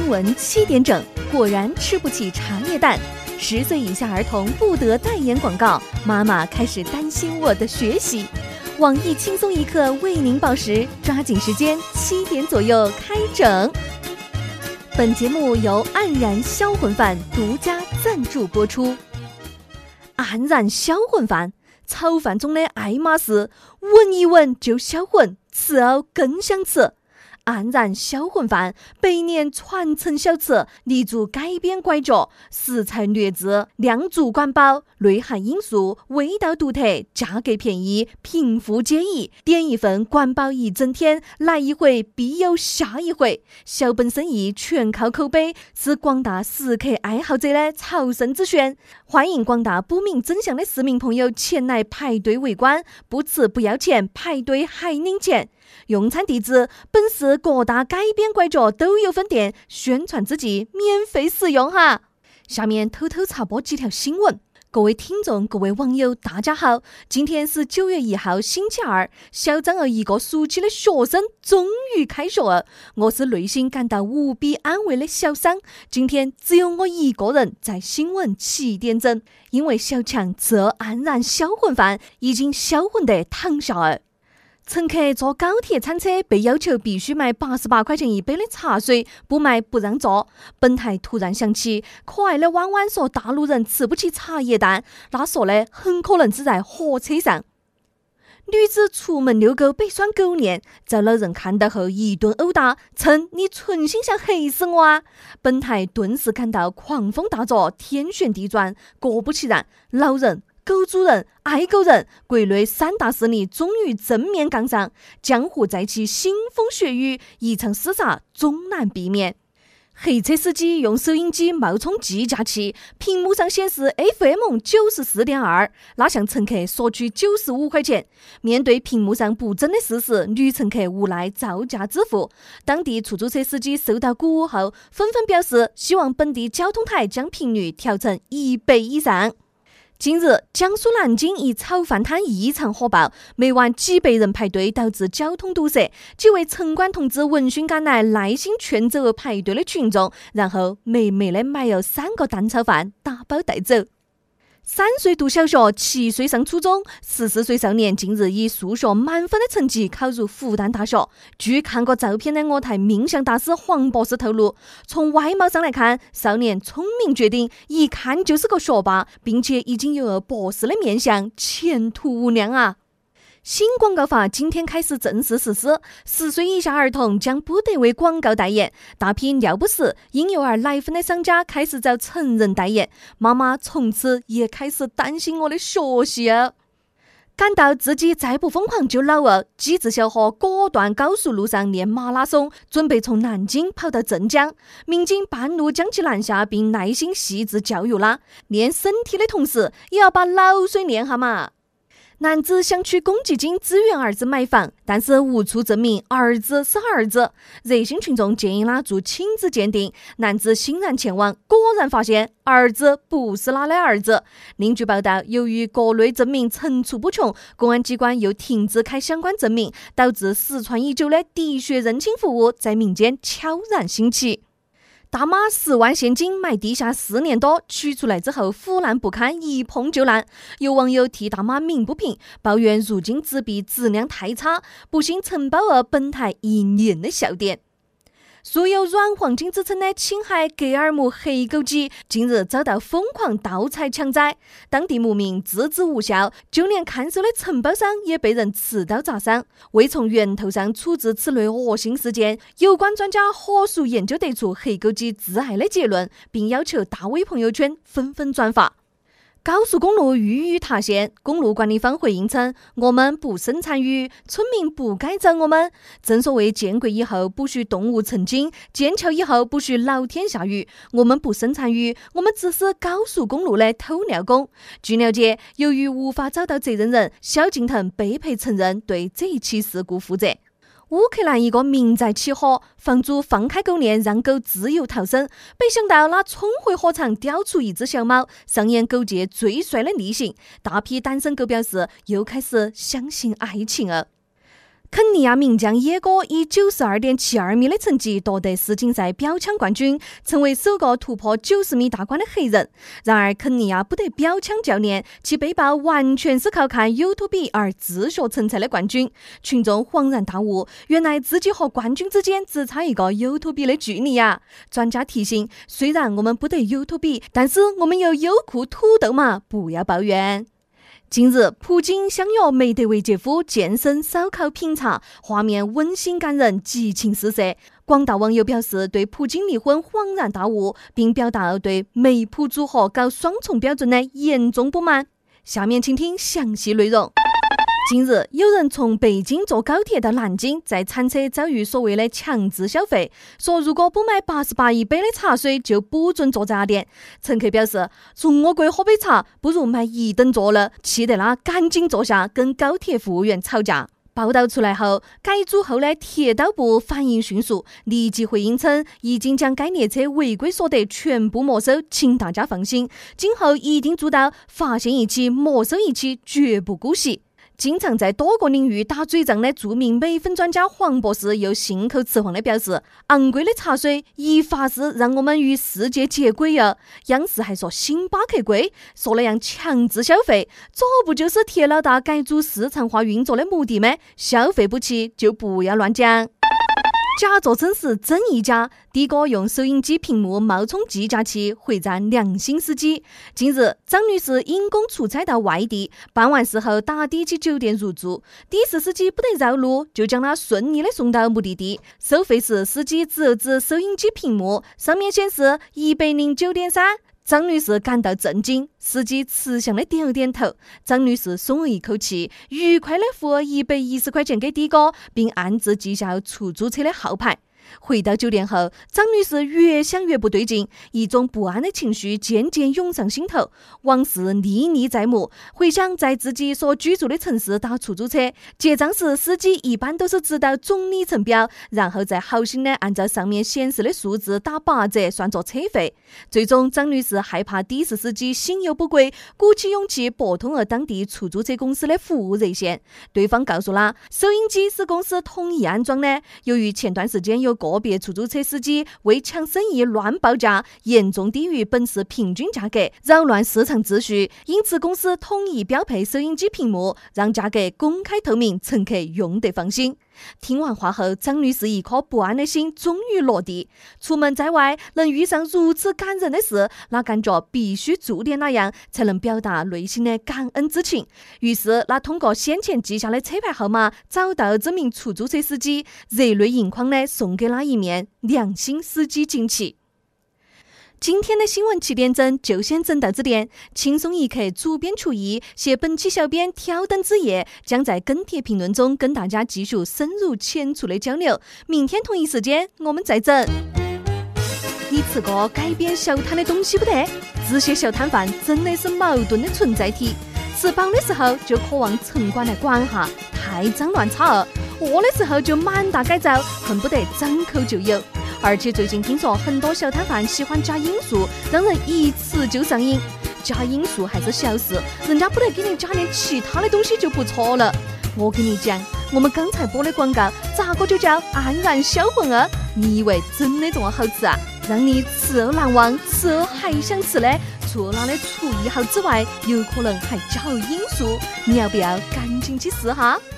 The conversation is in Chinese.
新闻7点整，果然吃不起茶叶蛋。10岁以下儿童不得代言广告，妈妈开始担心我的学习。网易轻松一刻为您报时，抓紧时间，7点左右开整。本节目由黯然销魂饭独家赞助播出。黯然销魂饭，炒饭中的爱马仕，闻一闻就销魂，吃后更想吃。黯然销魂饭，百年传承小吃，立足改编拐角，食材劣质，量足管饱，内涵因素，味道独特，价格便宜，贫富皆宜。点一份管饱一整天，来一回必有下一回。小本生意全靠口碑，是广大食客爱好者的朝圣之选。欢迎广大不明真相的市民朋友前来排队围观，不吃不要钱，排队还领钱。用餐地址：本市各大改编拐角都有分店，宣传之际免费使用哈。下面偷偷插播几条新闻。各位听众，各位网友，大家好！今天是9月1号，星期二。小张儿一个暑期的学生终于开学了，我是内心感到无比安慰的小桑。今天只有我一个人在新闻7点整，因为小强这黯然销魂饭已经销魂得躺下了。乘客坐高铁餐车被要求必须买88块钱一杯的茶水，不买不让座。本台突然想起，可爱的弯弯说大陆人吃不起茶叶蛋，那说的很可能是在火车上。女子出门遛狗被拴狗链，遭老人看到后一顿殴打，称你存心想黑死我啊！本台顿时感到狂风大作，天旋地转。果不其然，老人、狗主人、爱狗人，国内3大势力终于正面杠上，江湖再起腥风血雨，一场厮杀终难避免。黑车司机用收音机冒充计价器，屏幕上显示 FM 94.2，拉向乘客索取95块钱。面对屏幕上不真的事实，女乘客无奈造价支付。当地出租车司机受到鼓舞后，纷纷表示希望本地交通台将频率调成1倍以上。近日，江苏南京一炒饭摊异常火爆，每晚几百人排队，导致交通堵塞。几位城管同志闻讯赶来，耐心劝走排队的群众，然后美美的买了3个蛋炒饭，打包带走。3岁读小学，7岁上初中，14岁少年近日以数学满分的成绩考入复旦大学。据看过照片的我台命相大师黄博士透露，从外貌上来看，少年聪明绝顶，一看就是个学霸，并且已经有了博士的面相，前途无量啊！新广告法今天开始正式实施，10岁以下儿童将不得为广告代言。大批尿不湿、婴幼儿奶粉的商家开始找成人代言，妈妈从此也开始担心我的学习啊！感到自己再不疯狂就老了，机智小伙果断高速路上练马拉松，准备从南京跑到镇江。民警半路将其拦下，并耐心细致教育他，练身体的同时也要把脑水练下嘛。男子想去公积金支援儿子买房，但是无处证明儿子是儿子。热心群众建议他做亲子鉴定，男子欣然前往，果然发现儿子不是他的儿子。另据报道，由于国内证明层出不穷，公安机关又停止开相关证明，导致失传已久的滴血认亲服务在民间悄然兴起。大妈10万现金买地下4年多，取出来之后腐烂不堪，一碰就烂。有网友替大妈鸣不平，抱怨入京纸币质量太差，不幸承包了本台1年的笑点。素有软黄金之称的青海格尔木黑狗鸡近日遭到疯狂盗采抢宰，当地牧民制止无效，就连看守的承包商也被人持刀砸伤。为从源头上处置此类恶性事件，有关专家火速研究得出黑狗鸡致癌的结论，并要求大 V 朋友圈纷纷转发。高速公路豫渝塌陷，公路管理方回应称：“我们不生产鱼，村民不该找我们。正所谓建国以后不许动物成精，建桥以后不许老天下雨。我们不生产鱼，我们只是高速公路的偷料工。”据了解，由于无法找到责任人，萧敬腾被迫承认对这一起事故负责。乌克兰一个民宅起火，房主放开狗链让狗自由逃生，没想到他冲回火场叼出一只小猫，上演狗界最帅的逆行。大批单身狗表示又开始相信爱情了。 肯尼亚名将耶戈以 92.72 米的成绩夺得世锦赛标枪冠军，成为首个突破90米大关的黑人。然而，肯尼亚不得标枪教练，其背包完全是靠看 YouTube 而自学成才的冠军。群众恍然大悟，原来自己和冠军之间只差一个 YouTube 的距离呀！专家提醒，虽然我们不得 YouTube， 但是我们有优酷土豆嘛，不要抱怨。近日，普京相约梅德韦杰夫健身烧烤品茶，画面温馨感人，激情四射。广大网友表示对普京离婚恍然大悟，并表达对梅普组合搞双重标准的严重不满。下面请听详细内容。近日，有人从北京坐高铁到南京，在餐车遭遇所谓的强制消费，说如果不买88一杯的茶水，就不准坐茶店。乘客表示，从我国喝杯茶，不如买一等座了，气得他赶紧坐下，跟高铁服务员吵架。报道出来后，改组后的铁道部反应迅速，立即回应称，已经将该列车违规所得全部没收，请大家放心，今后一定做到发现一起没收一起，绝不姑息。经常在多个领域打嘴仗的著名美粉专家黄博士又信口雌黄地表示，昂贵的茶水一发誓让我们与世界接轨了。央视还说星巴克贵，说那样强制消费，这不就是铁老大改组市场化运作的目的吗？消费不起就不要乱讲。假作真实真亦假，的哥用收音机屏幕冒充计价器回战良心司机。近日，张女士因公出差到外地，办完事后打的起酒店入住，的士司机不得绕路，就将她顺利的送到目的地。收费时，司机指收音机屏幕，上面显示109.3。张女士感到震惊，司机慈祥的点了点头。张女士松了一口气，愉快的付了110块钱给的哥，并暗自记下出租车的号牌。回到酒店后，张女士越想越不对劲，一种不安的情绪渐渐涌上心头，往事历历在目。回想在自己所居住的城市打出租车，结账时司机一般都是知道总里程表，然后再好心的按照上面显示的数字打8折算作车费。最终，张女士害怕的士司机心有不轨，鼓起勇气拨通了当地出租车公司的服务热线。对方告诉她，收音机是公司统一安装的，由于前段时间有个别出租车司机为抢生意乱报价，严重低于本市平均价格，扰乱市场秩序，因此公司统一标配收音机屏幕，让价格公开透明，乘客用得放心。听完话后，张女士一颗不安的心终于落地。出门在外能遇上如此感人的事，那感觉必须做点那样，才能表达内心的感恩之情。于是，那通过先前记下的车牌号码找到这名出租车司机，热泪盈眶的送给他一面良心司机锦旗。今天的新闻7点整就先整到这点。轻松一刻主编厨艺，携本期小编挑灯之夜，将在跟帖评论中跟大家继续深入浅出的交流。明天同一时间我们再整。你吃过改编小摊的东西不得？这些小摊贩真的是矛盾的存在体，吃饱的时候就渴望城管来管下，太脏乱差了；饿的时候就满大改造，恨不得张口就有。而且最近听说很多小摊贩喜欢加罂粟，让人一吃就上瘾。加罂粟还是小事，人家不得给你加点其他的东西就不错了。我跟你讲，我们刚才播的广告咋个就叫安然销魂啊？你以为真的这么好吃啊？让你吃而难忘，吃而还想吃呢？除了它的厨艺好之外，有可能还加了罂粟。你要不要赶紧去试哈？